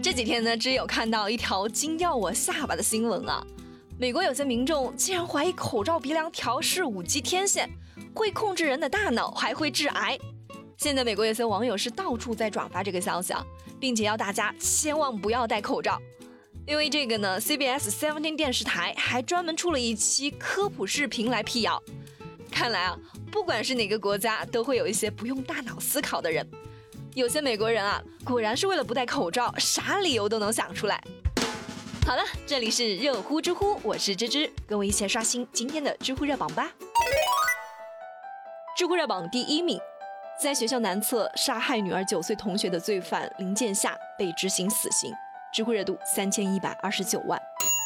这几天呢，只有看到一条惊掉我下巴的新闻啊！美国有些民众竟然怀疑口罩鼻梁调试5G 天线会控制人的大脑，还会致癌。现在美国有些网友是到处在转发这个消息啊，并且要大家千万不要戴口罩。因为这个呢 ，CBS 17电视台还专门出了一期科普视频来辟谣。看来啊，不管是哪个国家，都会有一些不用大脑思考的人。有些美国人啊，果然是为了不戴口罩，啥理由都能想出来。好了，这里是热乎知乎，我是芝芝，跟我一起刷新今天的知乎热榜吧。知乎热榜第1名，在学校男厕杀害女儿9岁同学的罪犯林建夏被执行死刑，知乎热度3129万。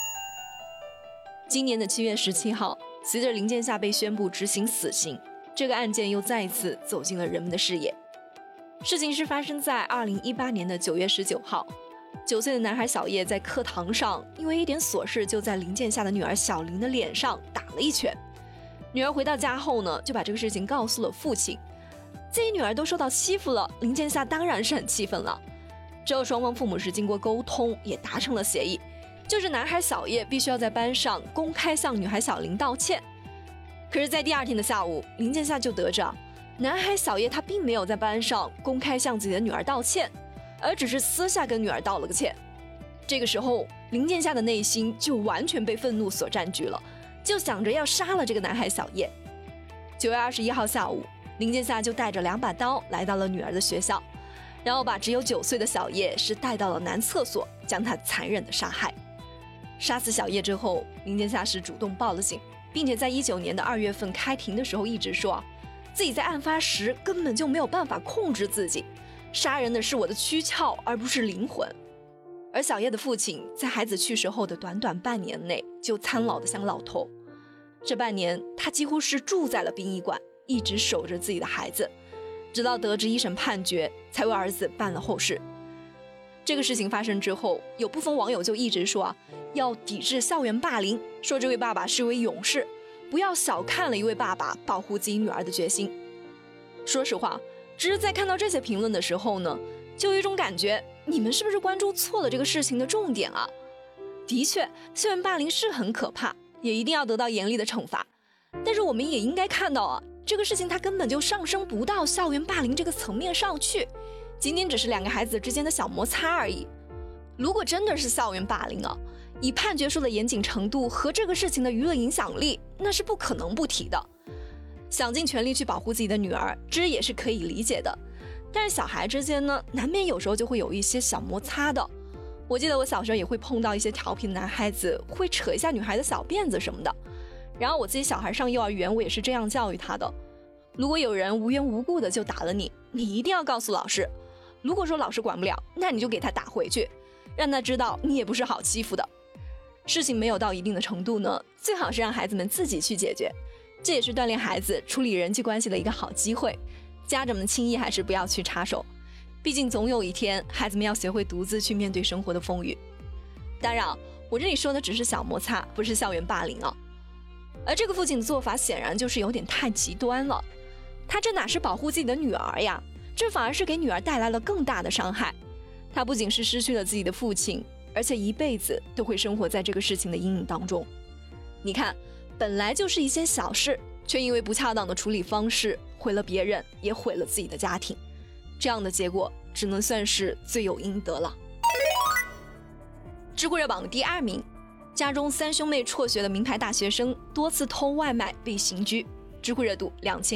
今年的7月17号，随着林建夏被宣布执行死刑，这个案件又再一次走进了人们的视野。事情是发生在2018年的9月19号，9岁的男孩小叶在课堂上因为一点琐事，就在林建夏的女儿小林的脸上打了一拳。女儿回到家后呢，就把这个事情告诉了父亲。自己女儿都受到欺负了，林建夏当然是很气愤了。之后双方父母是经过沟通，也达成了协议，就是男孩小叶必须要在班上公开向女孩小林道歉。可是在第2天的下午，林建夏就得知男孩小叶他并没有在班上公开向自己的女儿道歉，而只是私下跟女儿道了个歉。这个时候林建夏的内心就完全被愤怒所占据了，就想着要杀了这个男孩小叶。9月21号下午，林建夏就带着2把刀来到了女儿的学校，然后把只有9岁的小叶是带到了男厕所，将他残忍的杀害。杀死小叶之后，林建夏是主动报了警，并且在19年的2月份开庭的时候一直说自己在案发时根本就没有办法控制自己，杀人的是我的躯壳而不是灵魂。而小叶的父亲在孩子去世后的短短半年内就苍老得像老头，这半年他几乎是住在了殡仪馆，一直守着自己的孩子，直到得知一审判决才为儿子办了后事。这个事情发生之后，有部分网友就一直说要抵制校园霸凌，说这位爸爸是位勇士，不要小看了一位爸爸保护自己女儿的决心。说实话，只是在看到这些评论的时候呢，就有一种感觉，你们是不是关注错了这个事情的重点啊？的确，校园霸凌是很可怕，也一定要得到严厉的惩罚。但是我们也应该看到这个事情它根本就上升不到校园霸凌这个层面上去，仅仅只是2个孩子之间的小摩擦而已。如果真的是校园霸凌以判决书的严谨程度和这个事情的舆论影响力，那是不可能不提的。想尽全力去保护自己的女儿，这也是可以理解的。但是小孩之间呢，难免有时候就会有一些小摩擦的。我记得我小时候也会碰到一些调皮的男孩子，会扯一下女孩的小辫子什么的。然后我自己小孩上幼儿园，我也是这样教育他的。如果有人无缘无故的就打了你，你一定要告诉老师。如果说老师管不了，那你就给他打回去，让他知道你也不是好欺负的。事情没有到一定的程度呢，最好是让孩子们自己去解决，这也是锻炼孩子处理人际关系的一个好机会。家长们轻易还是不要去插手，毕竟总有一天孩子们要学会独自去面对生活的风雨。当然我这里说的只是小摩擦，不是校园霸凌而这个父亲的做法显然就是有点太极端了，他这哪是保护自己的女儿呀，这反而是给女儿带来了更大的伤害。他不仅是失去了自己的父亲，而且一辈子都会生活在这个事情的阴影当中。你看，本来就是一件小事，却因为不恰当的处理方式毁了别人，也毁了自己的家庭，这样的结果只能算是罪有应得了。知乎热榜第2名，家中3兄妹辍学的名牌大学生多次偷外卖被刑拘，知乎热度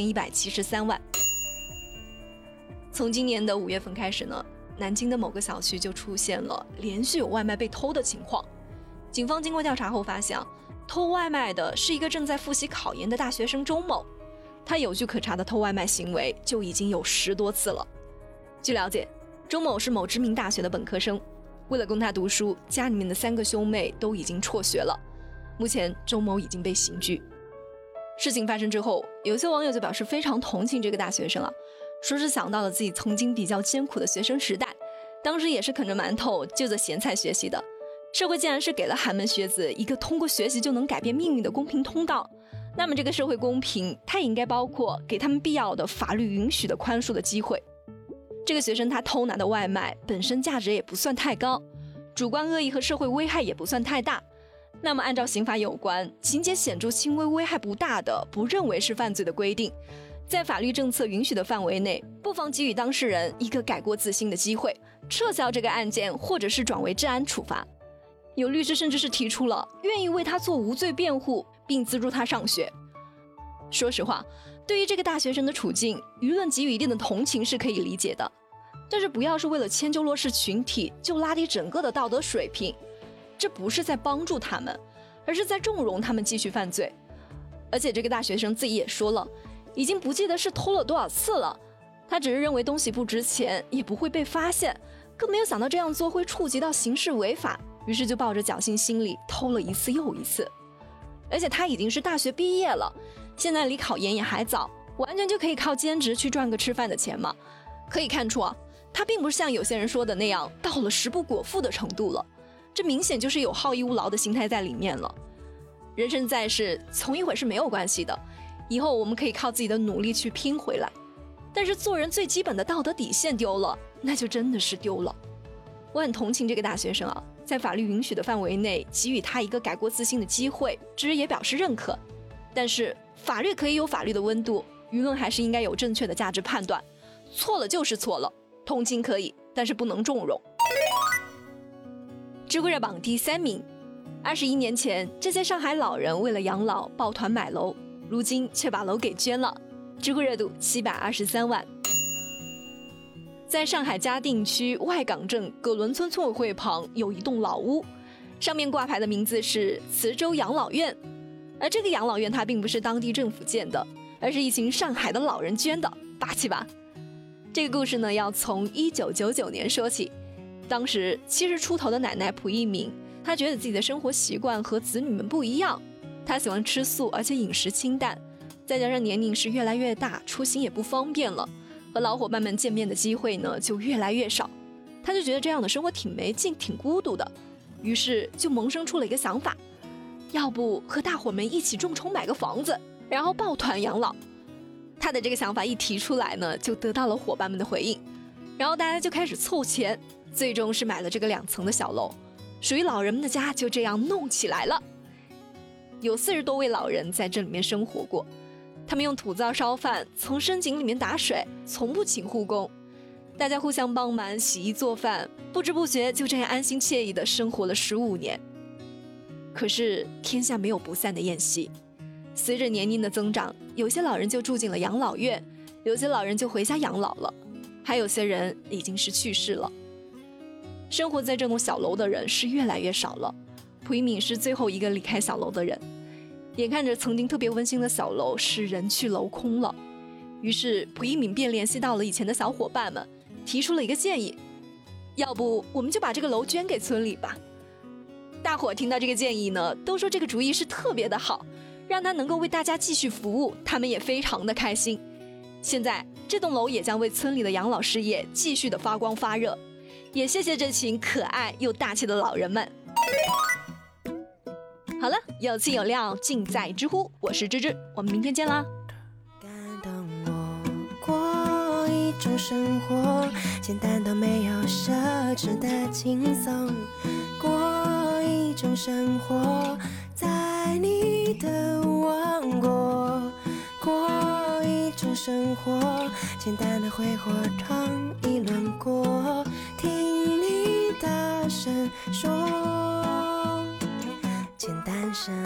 2173万。从今年的5月份开始呢，南京的某个小区就出现了连续有外卖被偷的情况。警方经过调查后发现偷外卖的是一个正在复习考研的大学生周某，他有据可查的偷外卖行为就已经有10多次了。据了解，周某是某知名大学的本科生，为了供他读书，家里面的3个兄妹都已经辍学了，目前周某已经被刑拘。事情发生之后，有些网友就表示非常同情这个大学生说是想到了自己曾经比较艰苦的学生时代，当时也是啃着馒头就着咸菜学习的，社会既然是给了寒门学子一个通过学习就能改变命运的公平通道，那么这个社会公平它也应该包括给他们必要的法律允许的宽恕的机会。 这个学生他偷拿的外卖本身价值也不算太高，主观恶意和社会危害也不算太大，那么按照刑法有关情节显著轻微危害不大的不认为是犯罪的规定，在法律政策允许的范围内，不妨给予当事人一个改过自新的机会，撤销这个案件或者是转为治安处罚。有律师甚至是提出了愿意为他做无罪辩护，并资助他上学。说实话，对于这个大学生的处境，舆论给予一定的同情是可以理解的，但是不要是为了迁就弱势群体就拉低整个的道德水平，这不是在帮助他们，而是在纵容他们继续犯罪。而且这个大学生自己也说了，已经不记得是偷了多少次了，他只是认为东西不值钱，也不会被发现，更没有想到这样做会触及到刑事违法，于是就抱着侥幸心理偷了一次又一次。而且他已经是大学毕业了，现在离考研也还早，完全就可以靠兼职去赚个吃饭的钱嘛。可以看出啊，他并不是像有些人说的那样到了食不果腹的程度了，这明显就是有好逸恶劳的心态在里面了。人生在世，穷一会是没有关系的，以后我们可以靠自己的努力去拼回来。但是做人最基本的道德底线丢了，那就真的是丢了。我很同情这个大学生啊，在法律允许的范围内给予他一个改过自新的机会，知也表示认可。但是法律可以有法律的温度，舆论还是应该有正确的价值判断，错了就是错了，同情可以，但是不能纵容。知乎热榜第3名，21年前，这些上海老人为了养老抱团买楼，如今却把楼给捐了，知乎热度723万。在上海嘉定区外港镇葛伦村村委会旁有一栋老屋，上面挂牌的名字是慈州养老院。而这个养老院它并不是当地政府建的，而是一群上海的老人捐的，霸气吧？这个故事呢，要从1999年说起。当时70出头的奶奶蒲一鸣，她觉得自己的生活习惯和子女们不一样，她喜欢吃素，而且饮食清淡，再加上年龄是越来越大，出行也不方便了，和老伙伴们见面的机会呢就越来越少，她就觉得这样的生活挺没劲，挺孤独的，于是就萌生出了一个想法，要不和大伙们一起众筹买个房子，然后抱团养老。他的这个想法一提出来呢，就得到了伙伴们的回应，然后大家就开始凑钱，最终是买了这个2层的小楼，属于老人们的家就这样弄起来了。有40多位老人在这里面生活过，他们用土灶烧饭，从深井里面打水，从不请护工，大家互相帮忙洗衣做饭，不知不觉就这样安心惬意地生活了15年。可是天下没有不散的宴席，随着年龄的增长，有些老人就住进了养老院，有些老人就回家养老了，还有些人已经是去世了。生活在这栋小楼的人是越来越少了，蒲一鸣是最后一个离开小楼的人。眼看着曾经特别温馨的小楼是人去楼空了，于是蒲一鸣便联系到了以前的小伙伴们，提出了一个建议，要不我们就把这个楼捐给村里吧。大伙听到这个建议呢，都说这个主意是特别的好，让他能够为大家继续服务，他们也非常的开心。现在这栋楼也将为村里的养老事业继续的发光发热，也谢谢这群可爱又大气的老人们。好了，有气有料尽在知乎，我是芝芝，我们明天见啦。 感动我过一种生活，简单到没有奢侈的轻松，过一种生活，在你的王国，过一种生活，简单的挥霍闯一轮过，听你大声说，简单生